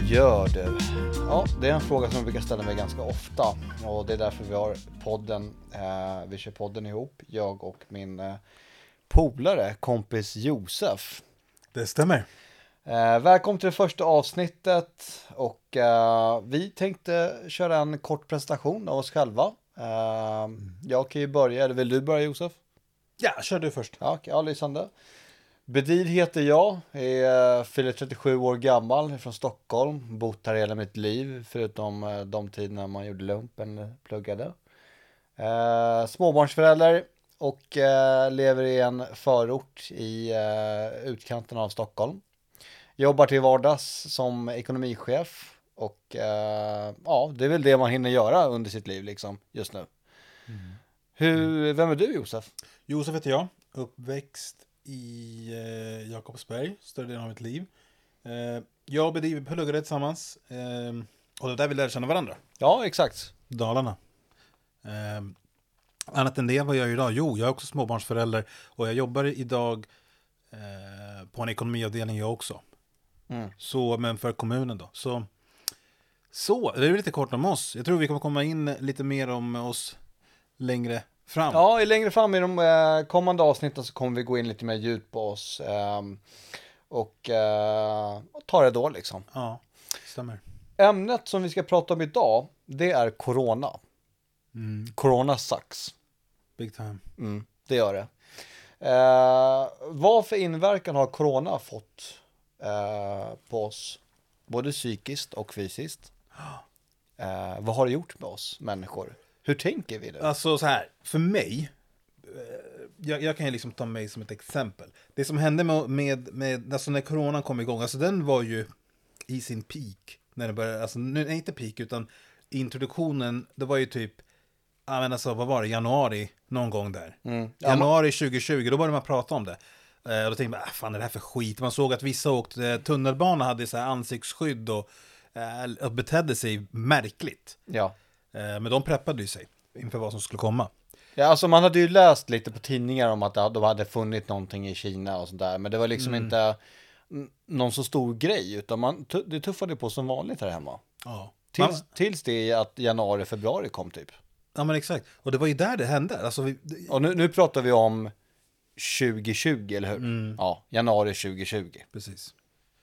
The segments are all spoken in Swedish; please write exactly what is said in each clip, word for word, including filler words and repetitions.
gör du? Ja, det är en fråga som jag brukar ställa mig ganska ofta. Och det är därför vi har podden. Eh, vi kör podden ihop. Jag och min eh, polare, kompis Josef. Det stämmer. Eh, välkommen till det första avsnittet. Och eh, vi tänkte köra en kort presentation av oss själva. Eh, jag kan ju börja. Eller vill du börja, Josef? Ja, kör du först. Ja, okej, ja, lysande. Bedid heter jag, är fyller trettiosju år gammal, från Stockholm, bott här hela mitt liv, förutom de tiderna man gjorde lumpen, pluggade. Eh, småbarnsförälder och eh, lever i en förort i eh, utkanten av Stockholm. Jobbar till vardags som ekonomichef och eh, ja, det är väl det man hinner göra under sitt liv liksom, just nu. Mm. Hur, vem är du, Josef? Josef heter jag, uppväxt i eh, Jakobsberg, större delen av mitt liv. Eh, jag och Bedriv pluggade tillsammans eh, och det var där vi lärde känna varandra. Ja, exakt. Dalarna. Eh, annat än det, vad jag gör idag? Jo, jag är också småbarnsförälder och jag jobbar idag eh, på en ekonomiavdelning jag också. Mm. Så, men för kommunen då. Så, så, det är lite kort om oss. Jag tror vi kommer komma in lite mer om oss längre fram. Ja, längre fram i de eh, kommande avsnitten så kommer vi gå in lite mer djupt på oss eh, och eh, ta det då liksom. Ja, stämmer. Ämnet som vi ska prata om idag, det är corona. Mm. Corona sucks. Big time. Mm, det gör det. Eh, vad för inverkan har corona fått eh, på oss? Både psykiskt och fysiskt. Eh, vad har det gjort med oss människor? Hur tänker vi det? Alltså så här, för mig, jag, jag kan ju liksom ta mig som ett exempel. Det som hände med, med, med alltså när coronan kom igång, alltså den var ju i sin peak. När det började, alltså nej, inte peak utan introduktionen, det var ju typ, ja men alltså vad var det, januari någon gång där. Mm. Ja, januari tjugo tjugo, då började man prata om det. Eh, och då tänkte man, ah, fan är det här för skit? Man såg att vissa åkte tunnelbana, hade så här ansiktsskydd och, eh, och betedde sig märkligt. Ja. Men de preppade ju sig inför vad som skulle komma. Ja, alltså man hade ju läst lite på tidningar om att de hade funnit någonting i Kina och sånt där. Men det var liksom mm. inte någon så stor grej, utan man, det tuffade på som vanligt här hemma. Ja. Tills, man... tills det att januari, februari kom typ. Ja men exakt, och det var ju där det hände. Alltså vi... Och nu, nu pratar vi om tjugo tjugo, eller hur? Mm. Ja, januari tjugo tjugo. Precis.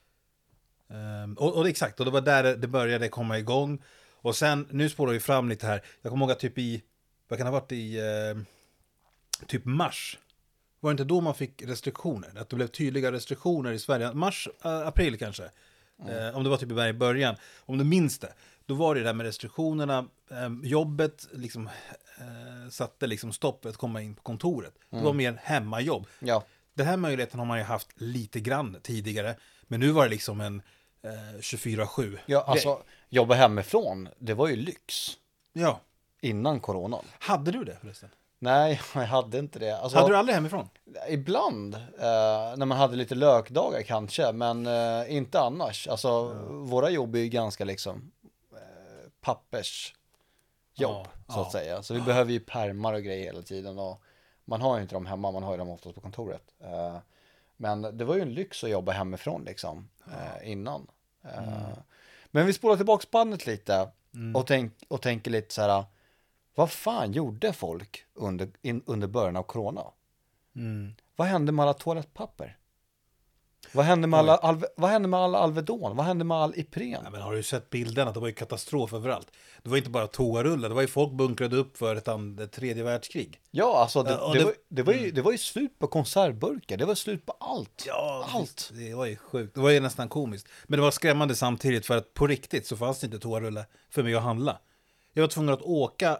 Um, och, och exakt, och det var där det började komma igång. Och sen, nu spårar vi fram lite här. Jag kommer ihåg att typ i, vad kan det ha varit i, eh, typ mars. Var det inte då man fick restriktioner? Att det blev tydliga restriktioner i Sverige. Mars, äh, april kanske. Mm. Eh, om det var typ i början. Om du minns det. Då var det där med restriktionerna. Eh, jobbet liksom eh, satte liksom stopp att komma in på kontoret. Mm. Det var mer hemmajobb. Ja. Den här möjligheten har man ju haft lite grann tidigare. Men nu var det liksom en eh, tjugofyra sju. Ja, alltså jobba hemifrån, det var ju lyx. Ja. Innan coronan. Hade du det förresten? Nej, jag hade inte det. Alltså, hade du aldrig hemifrån? Ibland, eh, när man hade lite lökdagar kanske, men eh, inte annars. Alltså, ja. Våra jobb är ju ganska liksom eh, pappersjobb, ja, så att ja. säga. Så vi ja. behöver ju pärmar och grejer hela tiden. Och man har ju inte dem hemma, man har ju dem oftast på kontoret. Eh, men det var ju en lyx att jobba hemifrån liksom, eh, innan. Eh, mm. Men vi spolar tillbaka bandet lite mm. och, tänk, och tänker lite så här. Vad fan gjorde folk under, in, under början av corona? Mm. Vad hände med alla toalettpapper? Vad hände med alla, alve, vad hände med alla Alvedon? Vad hände med all Ipren? Ja, men har du sett bilderna? Det var ju katastrof överallt. Det var inte bara toarullar. Det var ju folk bunkrade upp för ett, and, ett tredje världskrig. Ja, alltså det, ja, det, det, var, det, var ju, det var ju slut på konservburkar. Det var slut på allt. Ja, allt. Det var ju sjukt. Det var ju nästan komiskt. Men det var skrämmande samtidigt för att på riktigt så fanns det inte toarullar för mig att handla. Jag var tvungen att åka.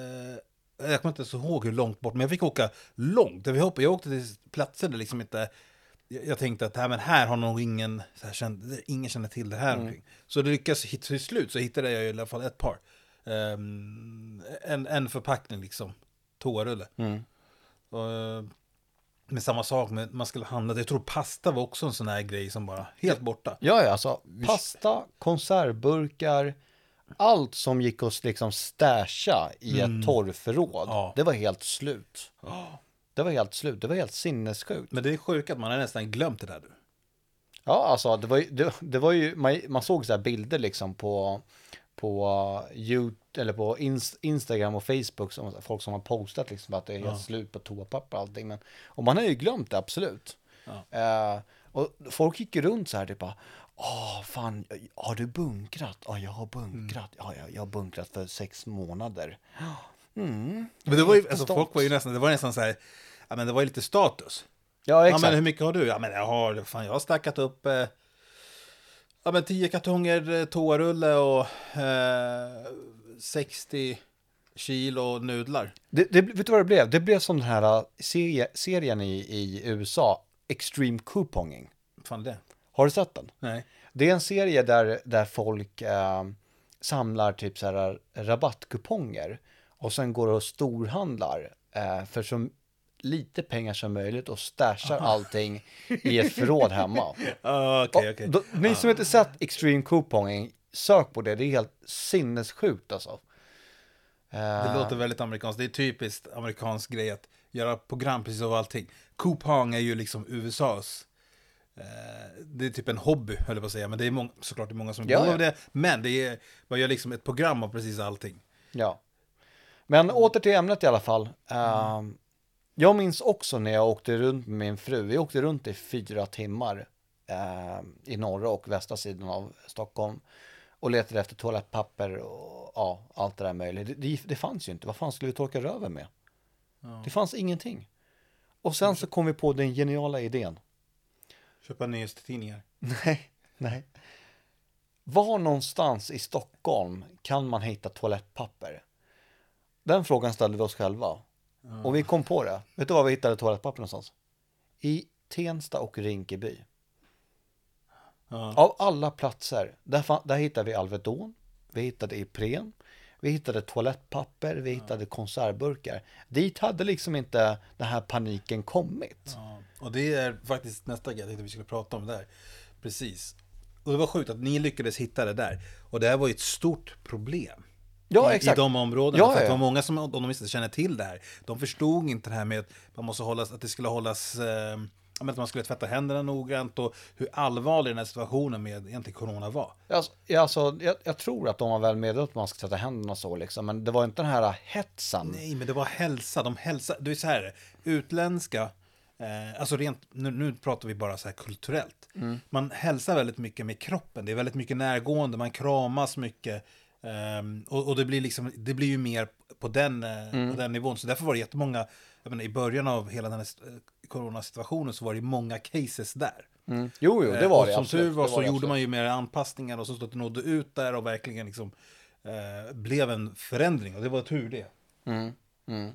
Eh, jag kommer inte så ihåg hur långt bort, men jag fick åka långt. Jag åkte till platser där liksom inte. Jag tänkte att här, men här har nog ingen så här, kände, ingen känner till det här. Mm. Så det lyckas hit till slut så hittade jag i alla fall ett par. Um, en, en förpackning liksom. Toarulle. Mm. Och, med samma sak, med, man skulle handla. Jag tror pasta var också en sån här grej som bara helt borta. Ja, ja, alltså pasta, konservburkar, allt som gick att liksom stasha i mm. ett torrförråd. Ja. Det var helt slut. Ja. Det var helt slut. Det var helt sinnessjukt. Men det är sjukt att man har nästan glömt det där. Du. Ja, alltså det var ju, det, det var ju man, man såg så här bilder liksom på på YouTube eller på Inst- Instagram och Facebook som folk som har postat liksom att det är helt Ja. slut på toapapper och allting, men och man har ju glömt det absolut. Ja. Eh, och folk gick ju runt så här typ bara, åh fan, har du bunkrat? Ja, jag har bunkrat. Ja, jag, jag har bunkrat för sex månader. Mm. Men det var ju, alltså, Jättestolt. folk var ju nästan, det var nästan så här, ja men det var ju lite status. Ja, Ja exakt. men hur mycket har du? Ja men jag har, fan jag har stackat upp eh, ja men tio kartonger eh, toarulle och eh, sextio kilo nudlar. Det, det, vet du vad det blev? Det blev som den här serie, serien i, i U S A, Extreme Couponging. Fan det? Har du sett den? Nej. Det är en serie där, där folk eh, samlar typ så här rabattkuponger och sen går och storhandlar eh, för så lite pengar som möjligt och stashar allting i ett förråd hemma. Ah, okej, Och okej. då- Ni som inte sett Extreme Couponging, sök på det. Det är helt sinnessjukt alltså. Det låter väldigt amerikanskt. Det är typiskt amerikansk grej att göra program precis av allting. Coupong är ju liksom U S A's. Eh, det är typ en hobby, höll jag på att säga. Men det är många, såklart det är många som Ja, går ja. av det. Men det är, man gör liksom ett program av precis allting. Ja. Men åter till ämnet i alla fall. Ehm, jag minns också när jag åkte runt med min fru. Vi åkte runt i fyra timmar ehm, i norra och västra sidan av Stockholm. Och letade efter toalettpapper och ja, allt det där möjligt. Det, det, det fanns ju inte. Vad fan skulle vi torka röven med? Ja. Det fanns ingenting. Och sen så kom vi på den geniala idén. Köpa nyhetstidningar. Nej, nej. Var någonstans i Stockholm kan man hitta toalettpapper? Den frågan ställde vi oss själva. Ja. Och vi kom på det. Vet du var vi hittade toalettpapper någonstans? I Tensta och Rinkeby. Ja. Av alla platser. Där, fa- där hittade vi Alvedon. Vi hittade Ipren. Vi hittade toalettpapper. Vi hittade konservburkar. Dit hade liksom inte den här paniken kommit. Ja. Och det är faktiskt nästa grej jag tänkte vi skulle prata om där. Precis. Och det var sjukt att ni lyckades hitta det där. Och det här var ju ett stort problem. Ja, I, exakt. I de områdena. Ja, För att det ja. var många som, om de inte känner till det här, de förstod inte det här med att man måste hållas, att det skulle hållas, eh, att man skulle tvätta händerna noggrant och hur allvarlig den här situationen med egentligen corona var. Alltså, ja, alltså, jag, jag tror att de var väl medvetna att man ska tvätta händerna så liksom. Men det var inte den här hetsen. Nej, men det var hälsa. De hälsa, det är så här, utländska, eh, alltså rent, nu, nu pratar vi bara så här kulturellt. Mm. Man hälsar väldigt mycket med kroppen. Det är väldigt mycket närgående, man kramas mycket. Um, och, och det blir liksom, det blir ju mer på den, uh, Mm. på den nivån. Så därför var det jättemånga, jag menar, i början av hela den här uh, coronasituationen så var det många cases där. Mm. Jo, jo, det Eh, var och det. som absolut. tur var Det så det gjorde absolut. man ju mer anpassningar och så att det nådde ut där och verkligen liksom uh, blev en förändring. Och det var tur det. Mm. Mm.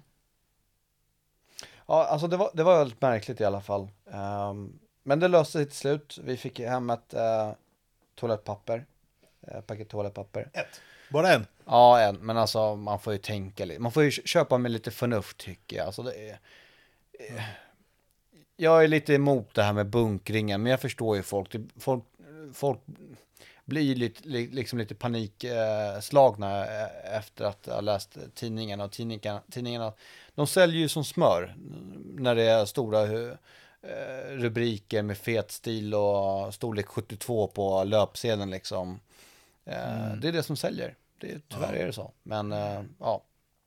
Ja, alltså det var, det var väldigt märkligt i alla fall. Ehm, men det löste sig till slut. Vi fick hem ett uh, toalettpapper. Uh, paket toalettpapper. Ett. Bara en. Ja, en, men alltså man får ju tänka lite. Man får ju köpa med lite förnuft tycker jag. Alltså, det är, eh, jag är lite emot det här med bunkringen, men jag förstår ju folk. Det, folk, folk blir lite, li, liksom lite panikslagna eh, efter att ha läst tidningarna. Och tidningarna, tidningarna, de säljer ju som smör när det är stora eh, rubriker med fet stil och storlek sjuttiotvå på löpsedeln liksom. Eh, Mm. Det är det som säljer. Det, tyvärr Ja. är det så. Men eh, ja.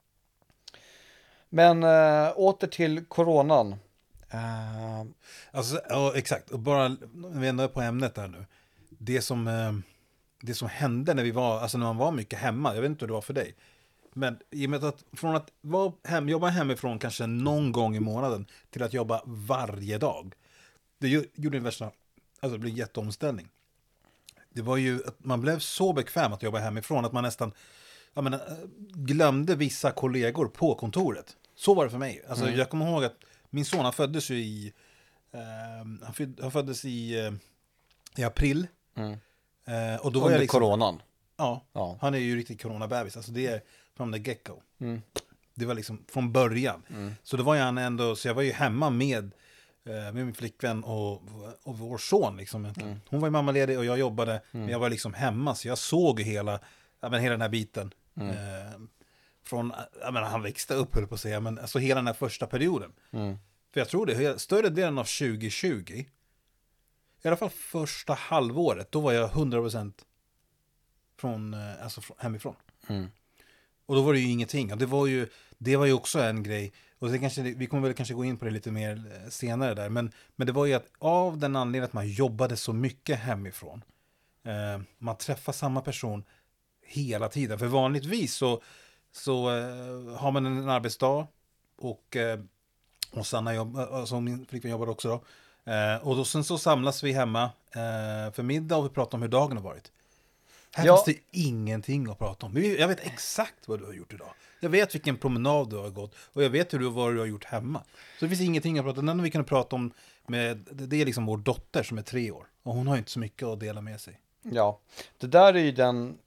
Men äh, åter till coronan. Äh, Alltså, ja, exakt. Och bara, när vi ändå är på ämnet där nu. Det som, eh, det som hände när vi var, alltså när man var mycket hemma, jag vet inte hur det var för dig. Men i och med att från att vara hem, jobba hemifrån kanske någon gång i månaden till att jobba varje dag. Det ju- gjorde en värsta, alltså det blev en jätteomställning. Det var ju att man blev så bekväm att jobba hemifrån att man nästan, jag menar, glömde vissa kollegor på kontoret. Så var det för mig. Alltså Mm. jag kommer ihåg att min son han föddes ju i, eh, han, föd, han föddes i, eh, i april. mm. Eh, och då var Under jag liksom, coronan. ja, Ja. han är ju riktigt coronabebis. Alltså det är from the get-go. Mm. Det var liksom från början. Mm. Så då var jag ändå, så jag var ju hemma med, eh, med min flickvän och, och vår son liksom. Mm. Hon var ju mammaledig och jag jobbade, men jag var liksom hemma. Så jag såg ju hela, ja, men hela den här biten. Mm. Eh, från, jag menar, han växte upp höll jag på att säga, men alltså hela den här första perioden. Mm. För jag tror det, större delen av tjugo tjugo i alla fall första halvåret, då var jag hundra procent från, eh, alltså från, hemifrån. Mm. Och då var det ju ingenting. Och det var ju, det var ju också en grej. Och det kanske, vi kommer väl kanske gå in på det lite mer senare där. Men, men det var ju att av den anledningen att man jobbade så mycket hemifrån. Eh, man träffar samma person hela tiden. För vanligtvis så, så eh, har man en arbetsdag. Och, eh, och Sanna jobb, alltså min flickvän jobbar också då. Eh, och då sen så samlas vi hemma eh, för middag och vi pratar om hur dagen har varit. Här Ja. finns det ingenting att prata om. Jag vet exakt vad du har gjort idag. Jag vet vilken promenad du har gått. Och jag vet hur du, vad du har gjort hemma. Så det finns ingenting att prata om. Den vi kan prata om med, det är liksom vår dotter som är tre år. Och hon har inte så mycket att dela med sig. Ja, det där är ju den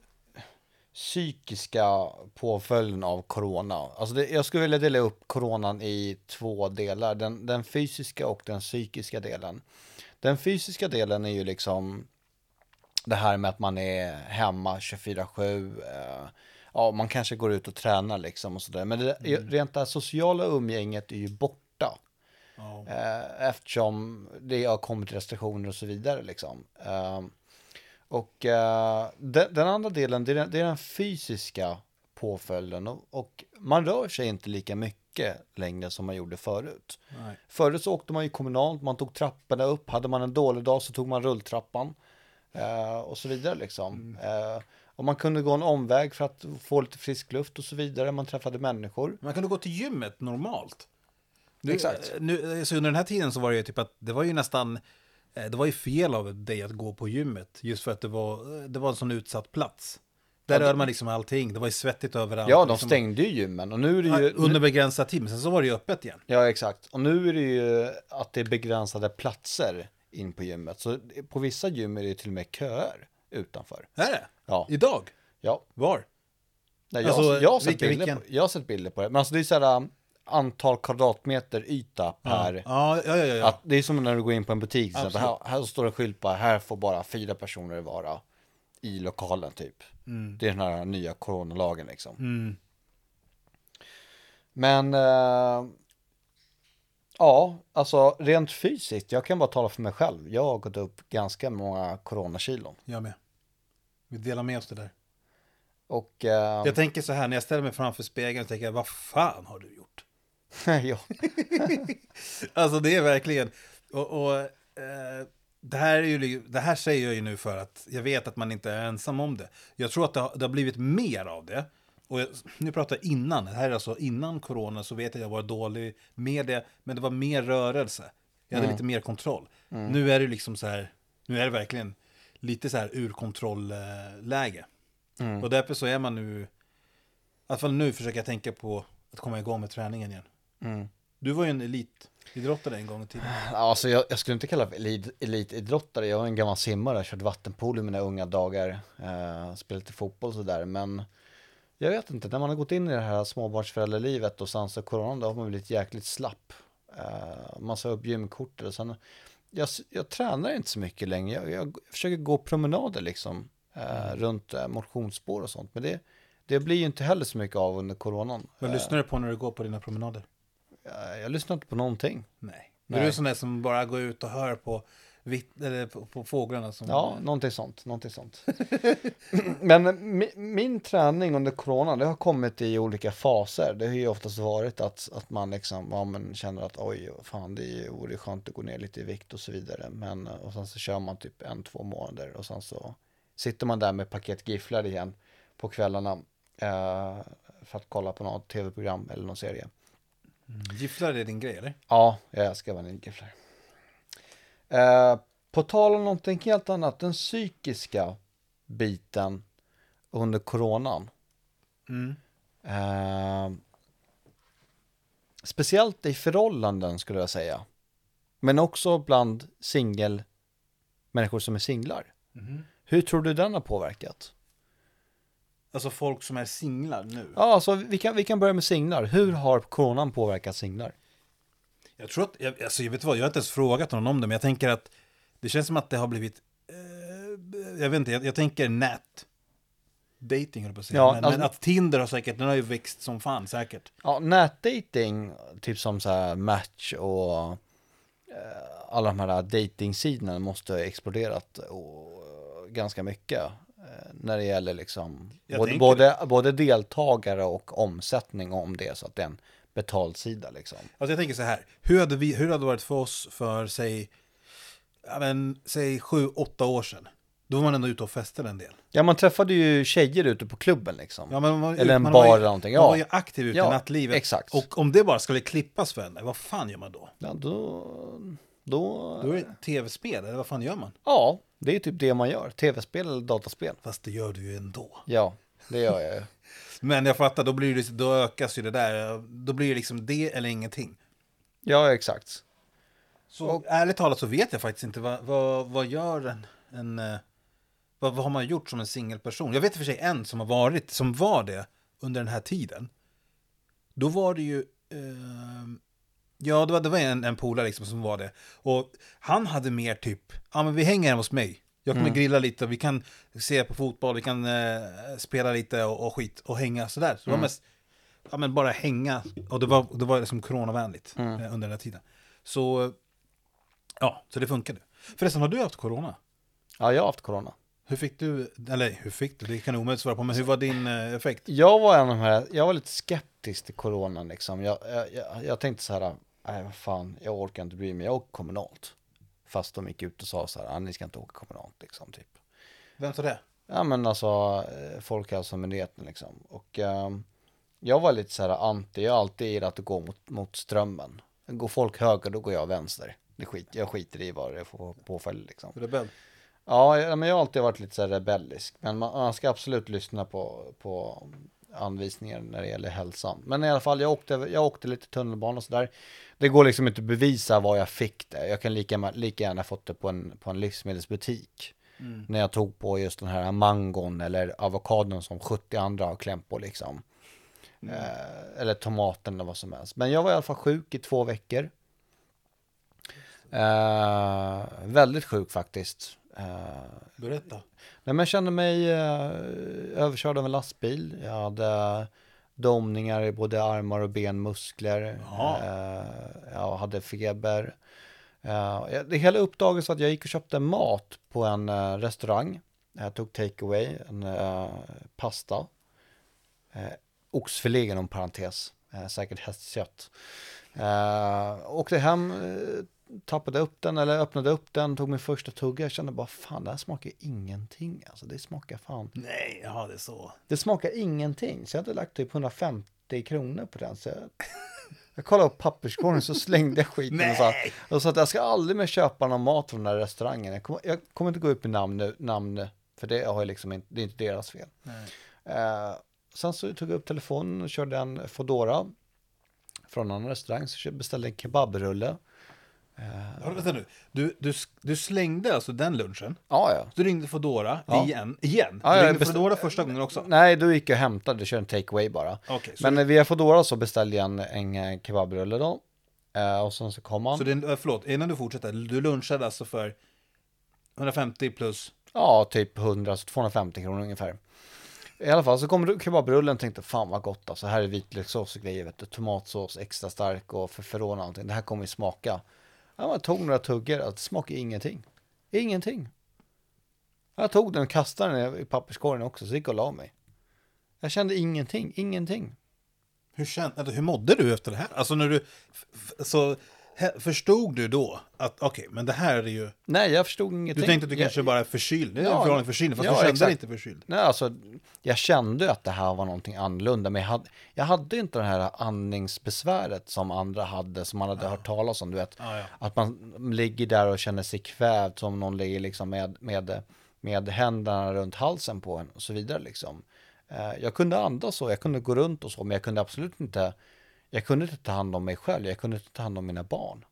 psykiska påföljden av corona. Alltså det, jag skulle vilja dela upp coronan i två delar. Den, den fysiska och den psykiska delen. Den fysiska delen är ju liksom det här med att man är hemma tjugofyra sju. Eh, ja, man kanske går ut och tränar liksom och sådär. Men det, Mm. rent det sociala umgänget är ju borta. Ja. Eh, eftersom det har kommit restriktioner och så vidare liksom. Eh, och eh, den, den andra delen, det är den, det är den fysiska påföljden. Och, och man rör sig inte lika mycket längre som man gjorde förut. Nej. Förut så åkte man ju kommunalt, man tog trapporna upp. Hade man en dålig dag så tog man rulltrappan. Eh, och så vidare liksom. Mm. Eh, och man kunde gå en omväg för att få lite frisk luft och så vidare. Man träffade människor. Man kunde gå till gymmet normalt. Nu, Exakt. Nu, så under den här tiden så var det ju typ att det var ju nästan, eh, det var ju fel av dig att gå på gymmet. Just för att det var, det var en sån utsatt plats. Där Ja, det- rörde man liksom allting. Det var ju svettigt överallt. Ja, de liksom. stängde ju gymmen. Och nu är det ju... Under begränsad tid, men sen så var det ju öppet igen. Ja, exakt. Och nu är det ju att det är begränsade platser in på gymmet. Så på vissa gym är det till och med köer utanför. Är det? Ja. Idag? Ja. Var? Nej, jag, Alltså, jag, har sett vilken- bilder vilken? på, jag har sett bilder på det. Men alltså det är så här um, antal kvadratmeter yta per... Ja, ja, ja. ja. Att det är som när du går in på en butik. Så här, Absolut. här, här står det en skylt på, här får bara fyra personer vara i lokalen typ. Mm. Det är den här nya coronalagen liksom. Mm. Men eh, ja, alltså rent fysiskt, jag kan bara tala för mig själv. Jag har gått upp ganska många coronakilon. Jag med. Vi delar med oss det där. Och eh, Jag tänker så här, när jag ställer mig framför spegeln, tänker jag, vad fan har du gjort? ja, Alltså det är verkligen, och, och eh, det, här är ju, det här säger jag ju nu för att jag vet att man inte är ensam om det. Jag tror att det har, det har blivit mer av det. Och jag, nu pratar jag innan, det här är alltså innan corona, så vet jag att jag var dålig med det, men det var mer rörelse. Jag hade Mm. lite mer kontroll. Mm. Nu är det liksom så här, nu är det verkligen lite så här ur kontrollläge. mm. Och därför så är man nu, i alla fall nu försöker jag tänka på att komma igång med träningen igen. Mm. Du var ju en elitidrottare en gång i tiden. Alltså jag, jag skulle inte kalla mig elit, elitidrottare. Jag var en gammal simmare, jag körde vattenpolo i mina unga dagar. Eh, spelade lite fotboll och sådär. Men jag vet inte, när man har gått in i det här småbarnsföräldralivet och sen så corona, då har man blivit jäkligt slapp. Eh, man sa upp gymkortet och sen, jag, jag tränar inte så mycket längre. Jag, jag försöker gå promenader liksom. Eh, Mm. runt eh, motionsspår och sånt. Men det, det blir ju inte heller så mycket av under coronan. Vad Eh, lyssnar du på när du går på dina promenader? jag, jag lyssnar inte på någonting. Nej. Nej. Är du sån där som bara går ut och hör på, vitt, eller på, på fåglarna? Som, Ja, någonting sånt, någonting sånt. Men mi, min träning under corona, det har kommit i olika faser. Det har ju oftast varit att, att man liksom, ja, men känner att oj, fan det vore skönt att gå ner lite i vikt och så vidare. Men, och sen så kör man typ en, två månader och sen så sitter man där med paket gifflar igen på kvällarna eh, för att kolla på något tv-program eller någon serie. Mm. Gifflar är din grej, eller? Ja, jag älskar vaniljgifflar. Eh, på tal om någonting helt annat, den psykiska biten under coronan. Mm. Eh, speciellt i förhållanden skulle jag säga. Men också bland singel människor som är singlar. Mm. Hur tror du den har påverkat? Alltså folk som är singlar nu. Ja, alltså vi kan, vi kan börja med singlar. Hur har coronan påverkat singlar? Jag tror att, jag, alltså jag vet vad, jag har inte ens frågat någon om det, men jag tänker att det känns som att det har blivit, eh, jag vet inte, jag, jag tänker nät. Dating, höll på att säga. Ja, men, alltså- men att Tinder har säkert, den har ju växt som fan säkert. Ja, nätdating, typ som så här Match och alla de här dating-sidorna måste ha exploderat och, ganska mycket eh, när det gäller liksom både, både, både deltagare och omsättning om det, så att det är en betald sida liksom. Alltså jag tänker så här, hur hade, vi, hur hade det varit för oss för säg, ja men, säg sju, åtta år sedan? Då var man ändå ute och festade en del. Ja, man träffade ju tjejer ute på klubben liksom. Ja, men man, eller en man bar ju, eller någonting. Ja. Man var ju aktiv ute ja, i nattlivet. Exakt. Och om det bara skulle klippas för henne, vad fan gör man då? Ja, då... Då, då är det tv-spel, eller vad fan gör man? Ja, det är typ det man gör. Tv-spel eller dataspel. Fast det gör du ju ändå. Ja, det gör jag ju. Men jag fattar, då, blir det, då ökas ju det där. Då blir det liksom det eller ingenting. Ja, exakt. Så och, ärligt talat så vet jag faktiskt inte vad, vad, vad gör en... en vad, vad har man gjort som en singelperson? Jag vet i och för sig en som har varit, som var det under den här tiden. Då var det ju... Eh, ja, det var, det var en, en polare liksom som var det. Och han hade mer typ... Ja, men vi hänger hemma hos mig. Jag kommer mm. grilla lite och vi kan se på fotboll, vi kan eh, spela lite och, och skit och hänga sådär. Så mm. det var mest, ja men bara hänga. Och det var, det var liksom coronavänligt mm. eh, under den här tiden. Så, ja, så det funkade. Förresten, har du haft corona? Ja, jag har haft corona. Hur fick du, eller hur fick du, det kan omöjligt svara på, men hur var din eh, effekt? Jag var en av de här, jag var lite skeptisk till coronan liksom. Jag, jag, jag, jag tänkte så här, nej vad fan, jag orkar inte bry mig, jag åker kommunalt. Fast de gick ut och sa så här, ah, ni ska inte åka kommunalt liksom typ. Vem sa det? Ja men alltså Folkhälsomyndigheten liksom. Och eh, jag var lite så här anti, jag har alltid gillat att gå mot, mot strömmen. Går folk höger då går jag vänster. Det skit, jag skiter i vad det får påföljd liksom. Rebell? Ja, jag, men jag har alltid varit lite så här rebellisk. Men man, man ska absolut lyssna på, på anvisningar när det gäller hälsan. Men i alla fall, jag åkte, jag åkte lite tunnelbana och sådär. Det går liksom inte att bevisa vad jag fick det. Jag kan lika, lika gärna fått det på en, på en livsmedelsbutik. Mm. När jag tog på just den här mangon eller avokadon som sjuttio andra har klämt på liksom. Mm. Eh, eller tomaten eller vad som helst. Men jag var i alla fall sjuk i två veckor. Eh, väldigt sjuk faktiskt. Uh, Berätta. Nej, men jag kände mig uh, överkörd av en lastbil. Jag hade domningar i både armar och benmuskler. Uh, jag hade feber. Uh, det hela uppdagades att jag gick och köpte mat på en uh, restaurang. Jag tog takeaway, en uh, pasta. Uh, oxfilé inom parentes. Uh, säkert hästkött. Uh, åkte hem... Uh, tappade upp den eller öppnade upp den, tog min första tugga. Jag kände bara, fan, det här smakar ingenting. Alltså det smakar fan. Nej, ja det är så. Det smakar ingenting. Så jag hade lagt typ hundrafemtio kronor på den. Så jag, jag kollade upp papperskorgen så slängde jag skiten och sa, och sa att jag ska aldrig mer köpa någon mat från den här restaurangen. Jag kommer, jag kommer inte gå upp i namn nu, namn, för det har jag liksom inte, det är inte deras fel. Uh, sen så tog jag upp telefonen och körde en Foodora från en annan restaurang. Så jag beställde en kebabrulle. Ja, vänta nu. Du, du, du slängde alltså den lunchen. Ja, ja. Du ringde Foodora ja. igen. igen. Ja, du ringde beställ... Foodora första gången också. Nej, då gick jag och hämtade. Du körde en takeaway bara. Okay, men du... via Foodora så beställde jag en, en kebabrulle då. Eh, och sen så kom han. Så det, förlåt, innan du fortsätter. Du lunchade alltså för hundrafemtio plus? Ja, typ hundra, så tvåhundrafemtio kronor ungefär. I alla fall så kom kebabrullen och tänkte, fan vad gott alltså. Här är vitlökssås och grejer, vet du. Tomatsås extra stark och feferon och allting. Det här kommer ju smaka. Ja, man tog några tuggor, det smakade ingenting. Ingenting. Jag tog den och kastade den i papperskorgen också, så gick och la mig. Jag kände ingenting, ingenting. Hur, kände, alltså, hur mådde du efter det här? Alltså när du, så förstod du då att okej, okay, men det här är ju... Nej, jag förstod ingenting. Du tänkte att du kanske jag, bara är förkyld. Det är ja, en förkyld, fast ja, du kände exakt. dig inte förkyld. Nej, alltså, jag kände att det här var någonting annorlunda, men jag hade, jag hade inte det här andningsbesväret som andra hade, som man hade ja. hört talas om, du vet. Ja, ja. Att man ligger där och känner sig kvävd, som någon ligger liksom med, med, med händerna runt halsen på en och så vidare liksom. Jag kunde andas så, jag kunde gå runt och så, men jag kunde absolut inte, jag kunde inte ta hand om mig själv, jag kunde inte ta hand om mina barn.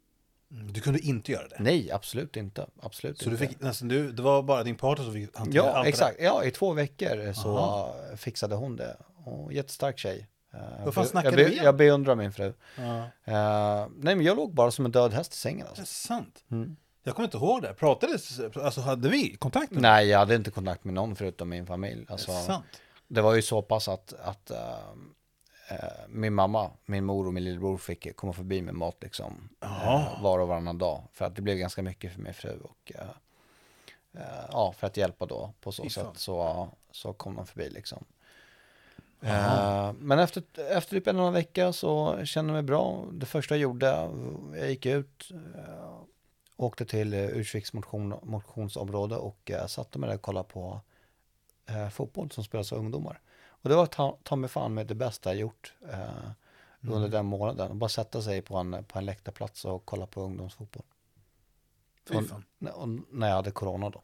Du kunde inte göra det? Nej, absolut inte. Absolut så inte. Du fick, nästan, du, det var bara din partner som fick hantera ja, allt exakt. det där? Ja, i två veckor så Aha. fixade hon det. Och jättestark tjej. Vad fan snackar jag, du be, igen? Jag beundrar min fru. Ja. Uh, nej, men jag låg bara som en död häst i sängen. Alltså. Det är sant. Mm. Jag kommer inte ihåg det. Pratades, alltså hade vi kontakt med Nej, jag hade inte kontakt med någon förutom min familj. Alltså, det är sant. Det var ju så pass att, att uh, min mamma, min mor och min lillebror fick komma förbi med mat liksom eh, var och varannan dag. För att det blev ganska mycket för min fru och eh, eh, ja, för att hjälpa då på så sätt så, så kom de förbi liksom. Eh, men efter, efter typ en annan vecka så kände jag mig bra. Det första jag gjorde, jag gick ut, eh, åkte till Ursviks motion, motionsområde och eh, satte mig där och kollade på eh, fotboll som spelas av ungdomar. Och det var ta, ta mig fan med det bästa jag gjort eh, mm. under den månaden. Bara sätta sig på en, på en läktarplats och kolla på ungdomsfotboll. Och, och när jag hade corona då.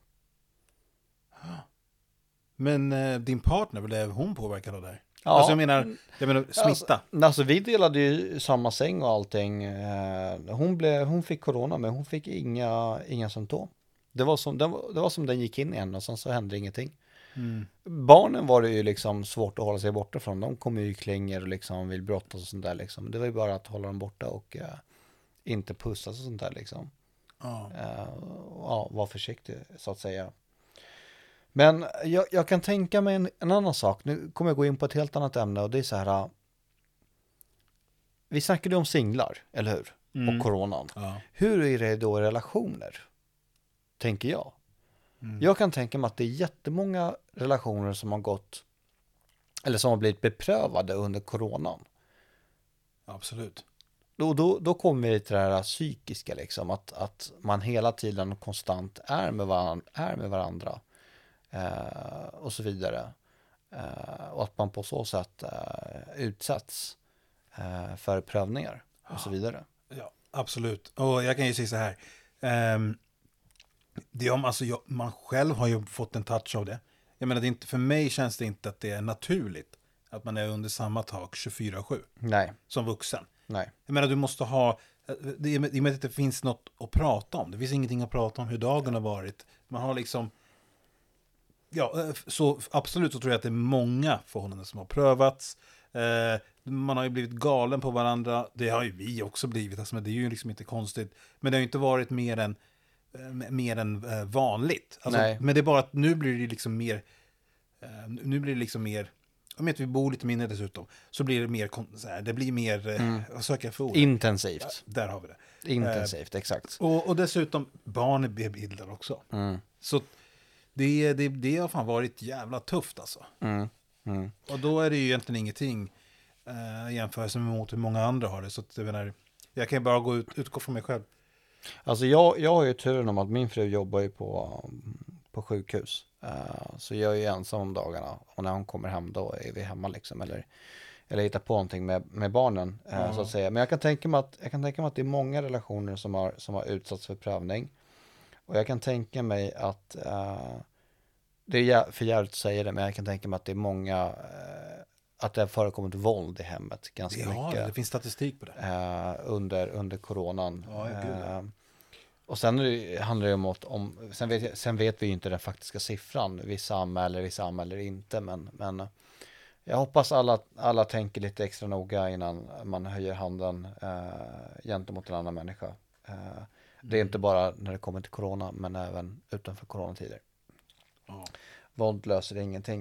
Men eh, din partner, blev hon påverkad av det här? Ja. Alltså jag menar, jag menar smitta. Alltså, alltså vi delade ju samma säng och allting. Eh, hon, blev, hon fick corona men hon fick inga, inga symptom. Det var, som, det, var, det var som den gick in igen och sen så hände ingenting. Mm. Barnen var det ju liksom svårt att hålla sig borta från. De kommer ju klinger och liksom vill brottas och sånt där liksom. Det var ju bara att hålla dem borta och uh, inte pussas och sånt där liksom. Oh. Uh, ja, var försiktig så att säga. Men jag, jag kan tänka mig en, en annan sak. Nu kommer jag gå in på ett helt annat ämne och det är så här. Uh, vi snackade om singlar, eller hur? Mm. Och coronan. Ja. Hur är det då i relationer? Tänker jag. Mm. Jag kan tänka mig att det är jättemånga relationer som har gått eller som har blivit beprövade under coronan. Absolut. Då, då, då kommer vi till det här psykiska liksom, att, att man hela tiden konstant är med varandra, är med varandra eh, och så vidare. Eh, och att man på så sätt eh, utsätts eh, för prövningar och så vidare. Ja, absolut. Och jag kan ju säga så här. Um, Det är, alltså, jag, man själv har ju fått en touch av det. Jag menar, det är inte, för mig känns det inte att det är naturligt att man är under samma tak tjugofyra sju. Nej. Som vuxen. Nej. Jag menar, du måste ha, det är med att det finns något att prata om. Det finns ingenting att prata om hur dagen har varit. Man har liksom, ja, så absolut så tror jag att det är många förhållanden som har prövats. Eh, man har ju blivit galen på varandra. Det har ju vi också blivit. Alltså, men det är ju liksom inte konstigt. Men det har ju inte varit mer än mer än eh, vanligt. Alltså, men det är bara att nu blir det liksom mer eh, nu blir det liksom mer, om att vi bor lite mindre dessutom, så blir det mer så här, det blir mer eh, mm. vad söker jag för ord? Intensivt. Ja, där har vi det. Intensivt, eh, exakt. Och, och dessutom barn är bebildar också. Mm. Så det, det, det har fan varit jävla tufft alltså. Mm. Mm. Och då är det ju egentligen ingenting eh, jämförelse med hur många andra har det. Så att, jag, menar, jag kan ju bara gå ut, utgå från mig själv. Alltså jag, jag har ju turen om att min fru jobbar ju på, på sjukhus. Uh, så jag är ju ensam om dagarna. Och när hon kommer hem då är vi hemma liksom. Eller, eller hittar på någonting med, med barnen uh, mm. så att säga. Men jag kan, tänka mig att, jag kan tänka mig att det är många relationer som har, som har utsatts för prövning. Och jag kan tänka mig att uh, det är för jävligt att säga det, men jag kan tänka mig att det är många uh, att det har förekommit våld i hemmet ganska ja, mycket. Det finns statistik på det. Uh, under, under coronan. Ja, uh, och sen det, handlar det om, om sen, vet, sen vet vi ju inte den faktiska siffran. Vissa anmäler, vissa anmäler inte. Men, men jag hoppas alla, alla tänker lite extra noga innan man höjer handen uh, gentemot en annan människa. Uh, mm. Det är inte bara när det kommer till corona, men även utanför coronatider. Oh. Våld löser ingenting.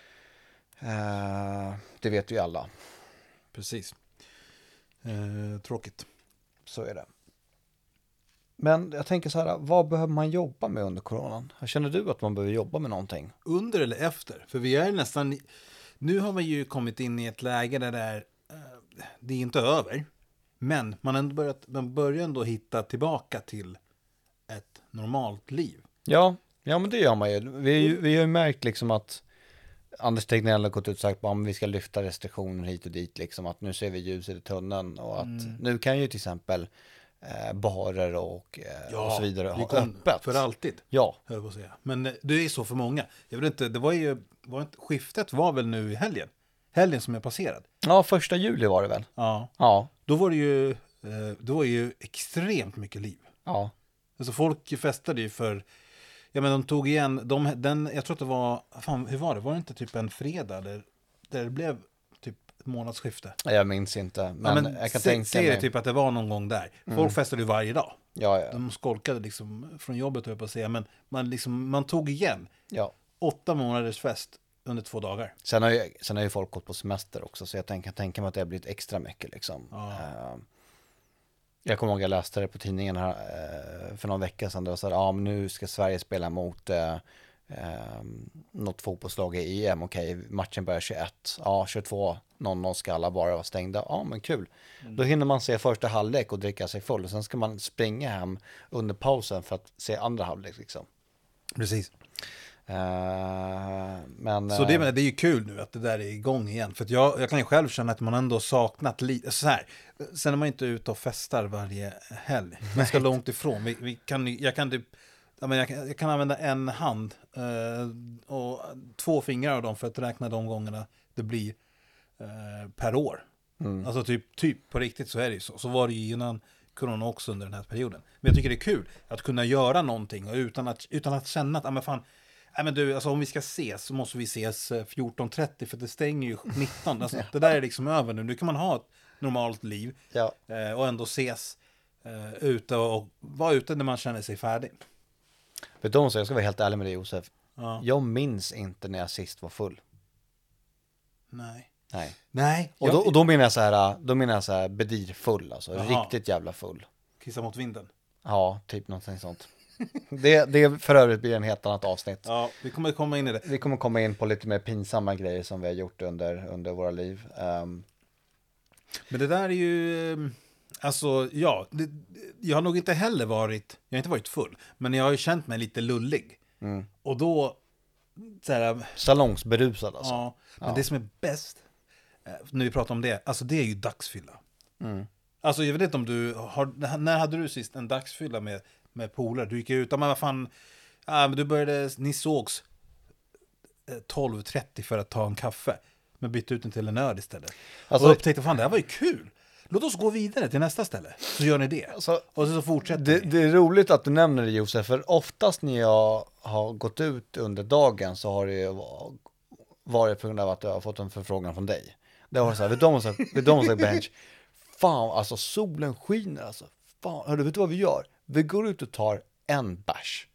Uh, det vet vi alla. Precis. Uh, tråkigt. Så är det. Men jag tänker så här, vad behöver man jobba med under coronan? Känner du att man behöver jobba med någonting? Under eller efter? För vi är nästan, nu har vi ju kommit in i ett läge där det är, uh, det är inte över. Men man har ändå börjat, man börjar ändå hitta tillbaka till ett normalt liv. Ja, ja men det gör man ju. Vi, vi har ju märkt liksom att Anders Tegnell har gått ut och sagt att vi ska lyfta restriktioner hit och dit. Liksom, att nu ser vi ljuset i tunneln. Och att mm. nu kan ju till exempel eh, barer och, eh, ja, och så vidare ha öppet. För alltid. Ja. Hör jag säga. Men det är så för många. Jag vet inte, det var ju, var inte, skiftet var väl nu i helgen. Helgen som är passerad. Ja, första juli var det väl. Ja. Ja. Då var det ju, eh, då var det ju extremt mycket liv. Ja. Alltså folk festade ju för... Ja, men de tog igen, de, den, jag tror att det var, fan, hur var det? Var det inte typ en fredag där, där det blev typ ett månadsskifte? Jag minns inte, men, ja, men jag kan se, tänka se mig. Det typ att det var någon gång där. Folk mm. festade ju varje dag. Ja, ja. De skolkade liksom från jobbet, höll jag på att säga, men man, liksom, man tog igen ja. åtta månaders fest under två dagar. Sen har ju, sen har ju folk gått på semester också, så jag tänker, tänker mig att det har blivit extra mycket liksom. Ja. Uh, jag kommer ihåg jag läste det på tidningen här uh, för någon vecka sedan. Det var så här, ja men nu ska Sverige spela mot uh, uh, något fotbollslag i E M. Okej, okay, matchen börjar tjugoett. Ja, tjugotvå noll noll ska alla bara vara stängda. Ja, men kul. Mm. Då hinner man se första halvlek och dricka sig full. Och sen ska man springa hem under pausen för att se andra halvlek liksom. Precis. Uh, men, så det, det är ju kul nu att det där är igång igen. För att jag, jag kan ju själv känna att man ändå saknat lite. Så här, sen är man inte ute och festar varje helg. Man ska långt ifrån. Vi, vi kan, jag, kan typ, jag, men jag, kan, jag kan använda en hand uh, och två fingrar av dem för att räkna de gångerna det blir uh, per år. Mm. Alltså typ, typ på riktigt så är det ju så. Så var det ju innan corona också under den här perioden. Men jag tycker det är kul att kunna göra någonting och utan att, utan att känna att, ja men fan, nej men du, alltså om vi ska ses så måste vi ses fjorton trettio för det stänger ju nitton. Alltså, det där är liksom över nu. Nu kan man ha ett normalt liv ja. eh, och ändå ses eh, ute och, och vara ute när man känner sig färdig. Vet du om så, jag ska vara helt ärlig med dig Josef. Ja. Jag minns inte när jag sist var full. Nej. Nej. Nej. Och då, och då menar jag så här, då menar jag så här bedir full alltså. Jaha. Riktigt jävla full. Kissa mot vinden. Ja, typ någonting sånt. Det, det för övrigt blir en helt annat avsnitt. Ja, vi kommer komma in i det. Vi kommer komma in på lite mer pinsamma grejer som vi har gjort under, under våra liv. Um. Men det där är ju, alltså ja, det, jag har nog inte heller varit, jag har inte varit full, men jag har ju känt mig lite lullig. Mm. Och då, så här, salongsberusad alltså. Ja, men ja. det som är bäst, när vi pratar om det, alltså det är ju dagsfylla. Mm. Alltså jag vet inte om du har, när hade du sist en dagsfylla med med polare? Du gick ut, men vad fan, ja, men du började, ni sågs tolv trettio för att ta en kaffe, men bytte ut den till en öl istället. Alltså, och upptäckte, fan det här var ju kul. Låt oss gå vidare till nästa ställe, så gör ni det. Alltså, och så, så fortsätter det, ni. Det är roligt att du nämner det Josef, för oftast när jag har gått ut under dagen så har det ju varit på grund av att jag har fått en förfrågan från dig. Det var så här, vet du om så vet du om så bench. Fan, alltså solen skiner alltså. Fan, hörru, vet du vad vi gör? Vi går ut och tar en bärs.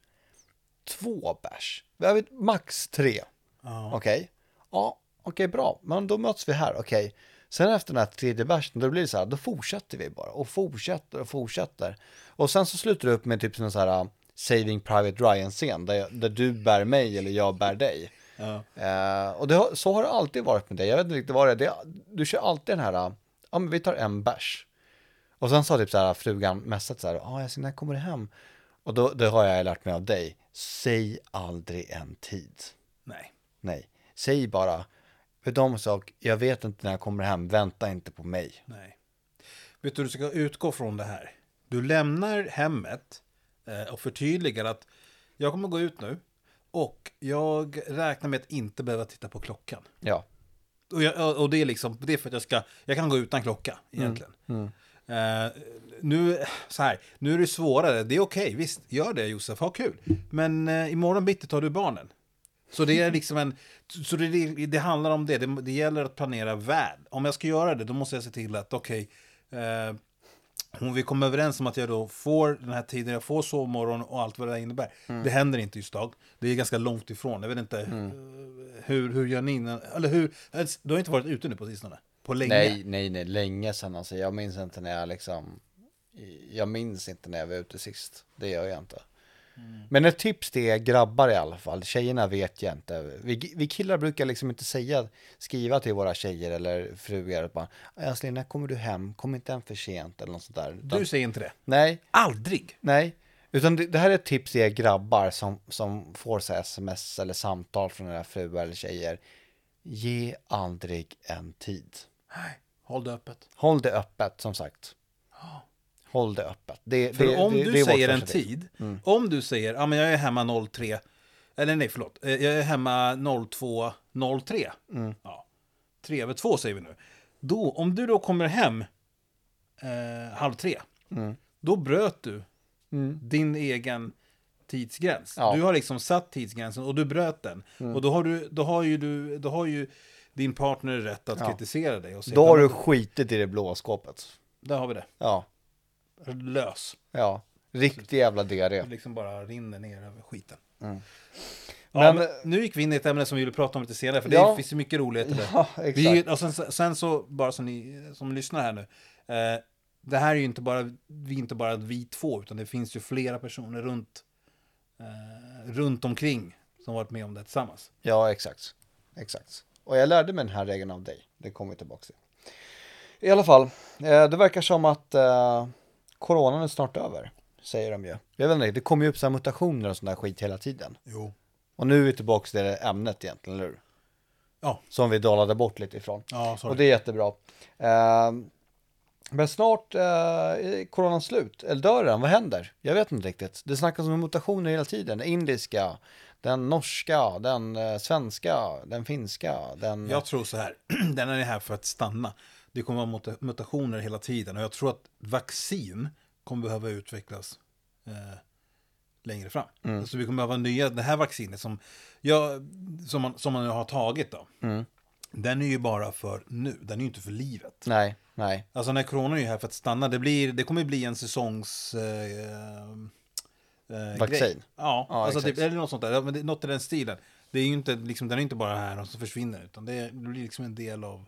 Två bärs. Vi har max tre. Ja. Okej. Okay. Ja, okej, okay, bra. Men då möts vi här, okej. Okay. Sen efter den här tredje bärsen, då blir det så här, då fortsätter vi bara. Och fortsätter och fortsätter. Och sen så slutar det upp med typ sån så här Saving Private Ryan-scen. Där, där du bär mig eller jag bär dig. Ja. Uh, och det har, så har det alltid varit med dig. Jag vet inte riktigt vad det är. Det, du kör alltid den här, ja men vi tar en bärs. Och sen sa typ så här frugan mässat så här, ja ah, jag ser när kommer det hem. Och då, då har jag lärt mig av dig. Säg aldrig en tid. Nej. Nej. Säg bara, för de sak, jag vet inte när jag kommer hem, vänta inte på mig. Nej. Vet du, du ska utgå från det här. Du lämnar hemmet eh, och förtydligar att jag kommer gå ut nu och jag räknar med att inte behöva titta på klockan. Ja. Och, jag, och det är liksom, det är för att jag ska, jag kan gå utan klocka egentligen. Mm. Mm. Uh, nu, så här, nu är det svårare, det är okej, okay, visst, gör det Josef, ha kul. Men uh, imorgon bitti tar du barnen. Så det är liksom en, så det, det, det handlar om det. det, det gäller att planera väl. Om jag ska göra det, då måste jag se till att okej, okay, uh, om vi kommer överens om att jag då får den här tiden, jag får sovmorgon och allt vad det innebär. Mm. Det händer inte just dag. Det är ganska långt ifrån. Jag vet inte, mm. hur, hur gör ni? Eller hur, du har inte varit ute nu på sistone? På länge? Nej, nej, nej, länge sedan. Alltså, jag minns inte när jag liksom, jag minns inte när jag var ute sist. Det gör jag inte. Mm. Men ett tips till är grabbar i alla fall. Tjejerna vet jag inte. Vi, vi killar brukar liksom inte säga, skriva till våra tjejer eller frugar att bara, Älskling, när kommer du hem? Kom inte hem för sent eller något sånt där. Utan, du säger inte det? Nej. Aldrig? Nej. Utan det, det här är ett tips till er grabbar som, som får så sms eller samtal från era fruar eller tjejer. Ge aldrig en tid. Nej, håll det öppet. Håll det öppet, som sagt. Oh. Håll det öppet. Det, För det, om det, du det säger en tid, mm. om du säger, ja men jag är hemma noll tre, eller nej förlåt, jag är hemma noll två noll tre, mm. ja, tre över två säger vi nu. Då, om du då kommer hem eh, halv tre, mm. då bröt du mm. din egen tidsgräns. Ja. Du har liksom satt tidsgränsen och du bröt den. Mm. Och då har, du, då, har ju du, då har ju din partner rätt att ja. kritisera dig. Och då har du skitit i det blåa skåpet. Där har vi det. Ja. Lös. Ja. Riktig jävla diarré. Det liksom bara rinner ner över skiten. Mm. Ja, Men, men nu gick vi in i ett ämne som vi ville prata om lite senare, för Ja. det finns ju mycket roligheter där. ja, exakt. Vi, och sen, sen så, bara som ni som lyssnar här nu, eh, det här är ju inte bara vi, inte bara vi två, utan det finns ju flera personer runt, eh, runt omkring som varit med om det tillsammans. Ja, exakt. Exakt. Och jag lärde mig den här regeln av dig. Det kommer vi tillbaka till. I alla fall, eh, det verkar som att eh, coronan är snart över, säger de ju. Jag vet inte, det kommer ju upp så här mutationer och sån där skit hela tiden. Jo. Och nu är vi tillbaka till det ämnet egentligen, eller hur? Ja. Som vi dalade bort lite ifrån. Ja, sorry. Och det är jättebra. Eh, men snart eh, är coronan slut. Eller dör den? Vad händer? Jag vet inte riktigt. Det snackas om mutationer hela tiden. Den indiska, den norska, den eh, svenska, den finska. Den... Jag tror så här, den är här för att stanna. Det kommer vara muta- mutationer hela tiden, och jag tror att vaccin kommer behöva utvecklas eh, längre fram. Mm. Så vi kommer behöva nya, det här vaccinet som, jag, som, man, som man nu har tagit då. Mm. Den är ju bara för nu, den är ju inte för livet. Nej, nej. Alltså när corona är ju här för att stanna, det, blir, det kommer bli en säsongs... Eh, eh, Vaccin? Grej. Ja, ja alltså det, eller något sånt där. Men det, något i den stilen. Det är ju inte, liksom, den är inte bara här och så försvinner, utan det, det blir liksom en del av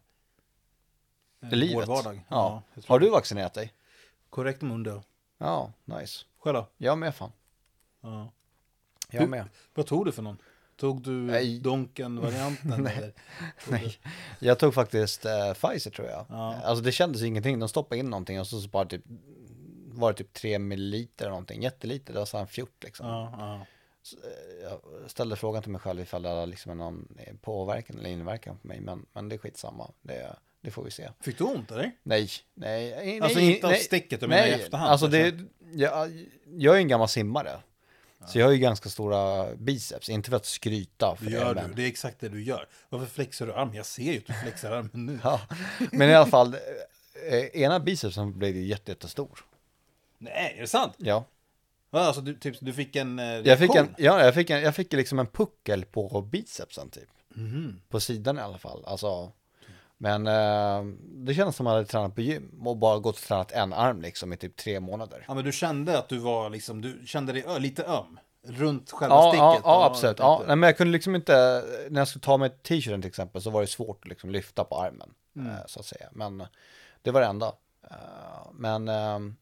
eh, livet. vår vardag. Ja. Ja, har du vaccinerat dig? Korrekt mundo. Ja, nice. Själv då? Jag med fan. Ja. Jag Du- med. Vad tog du för någon? Tog du Nej. Donken-varianten? Nej. eller? Tog Nej. Jag tog faktiskt eh, Pfizer tror jag. Ja. Alltså det kändes ingenting. De stoppade in någonting och så, så bara typ var det typ tre milliliter eller någonting. Jättelite. Det var så en fjort liksom. Ja, ja. Så, eh, jag ställde frågan till mig själv ifall det hade liksom någon påverkan eller inverkan på mig. Men, men det är skitsamma. Det, det får vi se. Fick du ont eller? Nej, nej. nej Alltså nej, inte av nej, sticket, jag menar i nej, efterhand. alltså det, kanske. jag, jag är en gammal simmare. Så jag har ju ganska stora biceps. Inte för att skryta. För Det gör men... du, det är exakt det du gör. Varför flexar du armen? Jag ser ju att du flexar armen nu. Ja, men i alla fall, eh, ena bicepsen blev ju jätte, jättestor. Nej, är det sant? Ja. Ja, alltså du, typ, du fick en eh, Jag fick, en, reaktion? ja, jag fick, en, jag fick liksom en puckel på bicepsen typ. Mhm. På sidan i alla fall. Alltså, men eh, det kändes som att jag hade tränat på gym och bara gått och tränat en arm liksom i typ tre månader. Ja, men du kände att du var liksom, du kände dig ö, lite öm runt själva Ja, sticket. ja, ja, och- absolut. och Ja, tänkte- nej, men jag kunde liksom inte, när jag skulle ta med t-shirten till exempel så var det svårt att liksom lyfta på armen. Mm. Eh, så att säga. Men det var det enda. Eh, men ehm,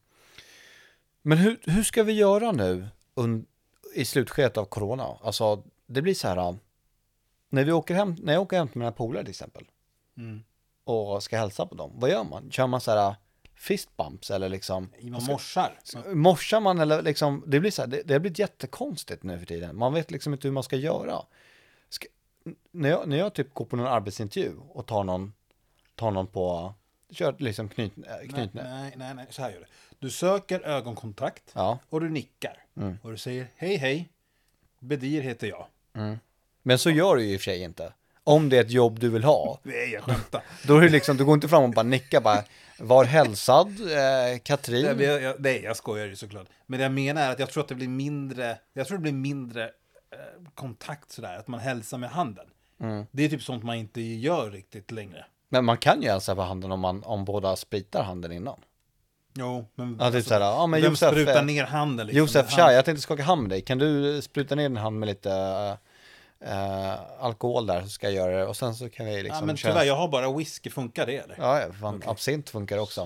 men hur, hur ska vi göra nu un, i slutskedet av corona? Alltså det blir så här, eh, när vi åker hem, när jag åker hem till mina polare till exempel Mm. och ska hälsa på dem, vad gör man? Kör man så här fist bumps eller liksom Man morsar. morsar man eller liksom, det blir så här, det, det har blivit jättekonstigt nu för tiden. Man vet liksom inte hur man ska göra. Ska, när, jag, när jag typ går på någon arbetsintervju och tar någon, tar någon på, kör liksom knyt, äh, Nej, knytnä. nej, nej, nej, så här gör du. Du söker ögonkontakt Ja. och du nickar. Mm. Och du säger hej hej, Bedir heter jag. Men så gör du ju i och för sig inte. Om det är ett jobb du vill ha, Nej, jag skämtar. då är det liksom, du går inte fram och bara nickar bara, var hälsad, eh, Katrin. Nej, men jag, jag, nej, jag skojar ju såklart. Men det jag menar är att jag tror att det blir mindre, jag tror det blir mindre eh, kontakt sådär, att man hälsar med handen. Mm. Det är typ sånt man inte gör riktigt längre. Men man kan ju hälsa på handen om, man, om båda spritar handen innan. Jo, men, Ja, typ såhär, ja men vem Josef, sprutar eh, ner handen liksom? Josef Han- Tja, jag tänkte skaka hand med dig. Kan du spruta ner din hand med lite äh, alkohol där så ska jag göra det. Och sen så kan vi liksom Ja, men köra- tyvärr, jag har bara whisky, funkar det eller? Ja, ja, fan, absint funkar också.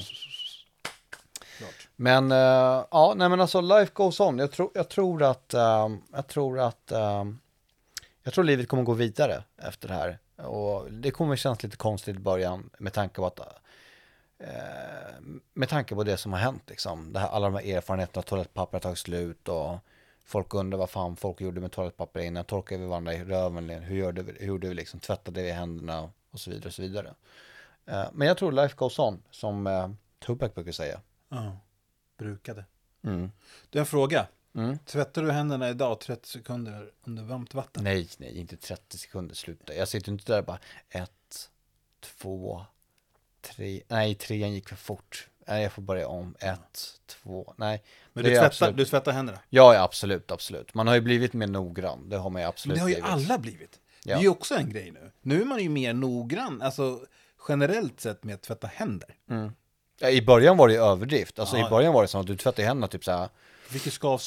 Klart. Men äh, ja, nej men alltså life goes on. Jag tror, jag tror att ähm, jag tror att ähm, jag tror livet kommer gå vidare efter det här. Och det kommer kännas lite konstigt i början med tanke på att eh, med tanke på det som har hänt liksom. Det här, alla de här erfarenheterna, toalettpapper har tagit slut och folk undrar vad fan folk gjorde med toalettpapper innan. Torkade vi varandra i röven? Hur gjorde vi, hur gjorde vi liksom? Tvättade vi händerna och så vidare och så vidare. Eh, men jag tror life goes on, som eh, Tupac brukar säga. Ja, brukade. Mm. Du, en fråga. Mm. Tvättar du händerna idag trettio sekunder under varmt vatten? Nej, nej, inte trettio sekunder, sluta. Jag sitter inte där bara ett, två, tre, nej, trean gick för fort. Nej, jag får börja om. Ett, två, nej. Men det du är tvättar, absolut- du tvättar händerna? Ja, ja, absolut, absolut. Man har ju blivit mer noggrann. Det har man ju Men absolut det har ju blivit. alla blivit. Det Ja. är ju också en grej nu. Nu är man ju mer noggrann, alltså generellt sett med att tvätta händer. Ja, i början var det ju överdrift. Alltså Ja. i början var det som att du tvättade händerna typ så här. Vilket skavsår.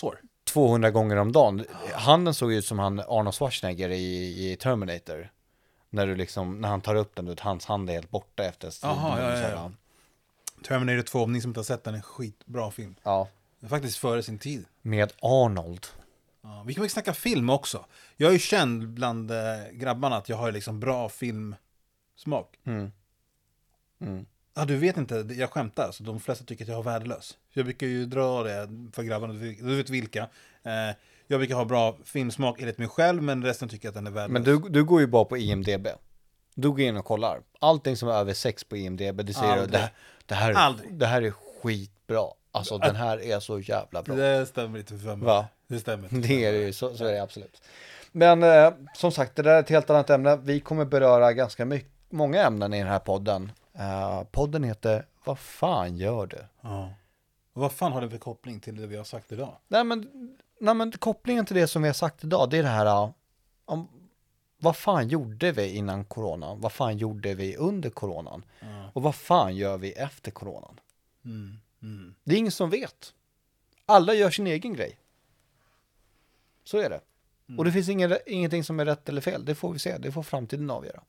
tvåhundra gånger om dagen. Handen såg ut som han Arnold Schwarzenegger i, i Terminator. När du liksom, när han tar upp den, du vet, hans hand är helt borta efter striden. Jaha, ja, och så ja, här. ja. Terminator två, om ni som inte har sett den, är en skitbra film. Ja, Det är faktiskt före sin tid. med Arnold. Ja, vi kan väl snacka film också. Jag är ju känd bland eh, grabbarna att jag har liksom bra filmsmak. Mm. Mm. Ja, du vet inte, jag skämtar, så de flesta tycker att jag har värdelös. Jag brukar ju dra det för grabbarna, du vet vilka. Eh, jag brukar ha bra filmsmak enligt mig själv, men resten tycker att den är värdelös. Men du, du går ju bara på I M D B. Du går in och kollar. Allting som är över sex på I M D B, det säger du, det, här- det, här, Aldrig. det här är skitbra. Alltså den här är så jävla bra. Det stämmer inte för mig. Va? Det stämmer inte. Det är det ju, så, så är det absolut. Men eh, som sagt, det där är ett helt annat ämne. Vi kommer beröra ganska mycket, många ämnen i den här podden. Eh, podden heter Vad fan gör du? Ja. Och vad fan har det för koppling till det vi har sagt idag? Nej men, nej men kopplingen till det som vi har sagt idag, det är det här uh, om vad fan gjorde vi innan coronan? Vad fan gjorde vi under coronan? Ja. Och vad fan gör vi efter coronan? Mm. Mm. Det är ingen som vet. Alla gör sin egen grej. Så är det. Mm. Och det finns ingen, ingenting som är rätt eller fel. Det får vi se. Det får framtiden avgöra.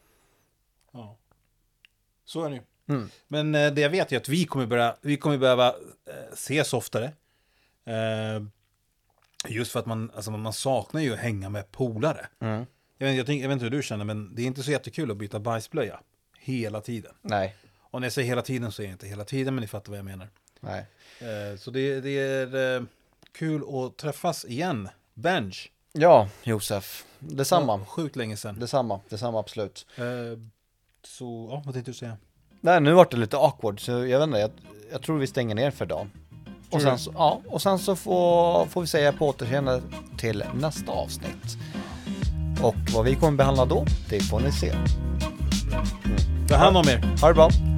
Ja. Så är det ju. Mm. Men eh, det jag vet är att vi kommer, börja, vi kommer behöva eh, ses oftare. Eh, just för att man, alltså, man saknar ju att hänga med polare. Mm. Jag vet, jag, tänk, jag vet inte hur du känner, men det är inte så jättekul att byta bajsblöja hela tiden. Nej. Och när jag säger hela tiden så är det inte hela tiden, men ni fattar vad jag menar. Nej. Eh, så det, det är eh, kul att träffas igen. Bench. Ja, Josef. Detsamma. Ja, sjukt länge sedan. Detsamma. Detsamma, absolut. Eh, så, ja, vad tänkte du säga? Nej, nu vart det lite awkward. Så jag vet inte, jag, jag tror vi stänger ner för idag. Och sen så, ja, och sen så får, får vi säga på återseende till nästa avsnitt. Och vad vi kommer behandla då, det får ni se. Ta hand om er. Ha det bra.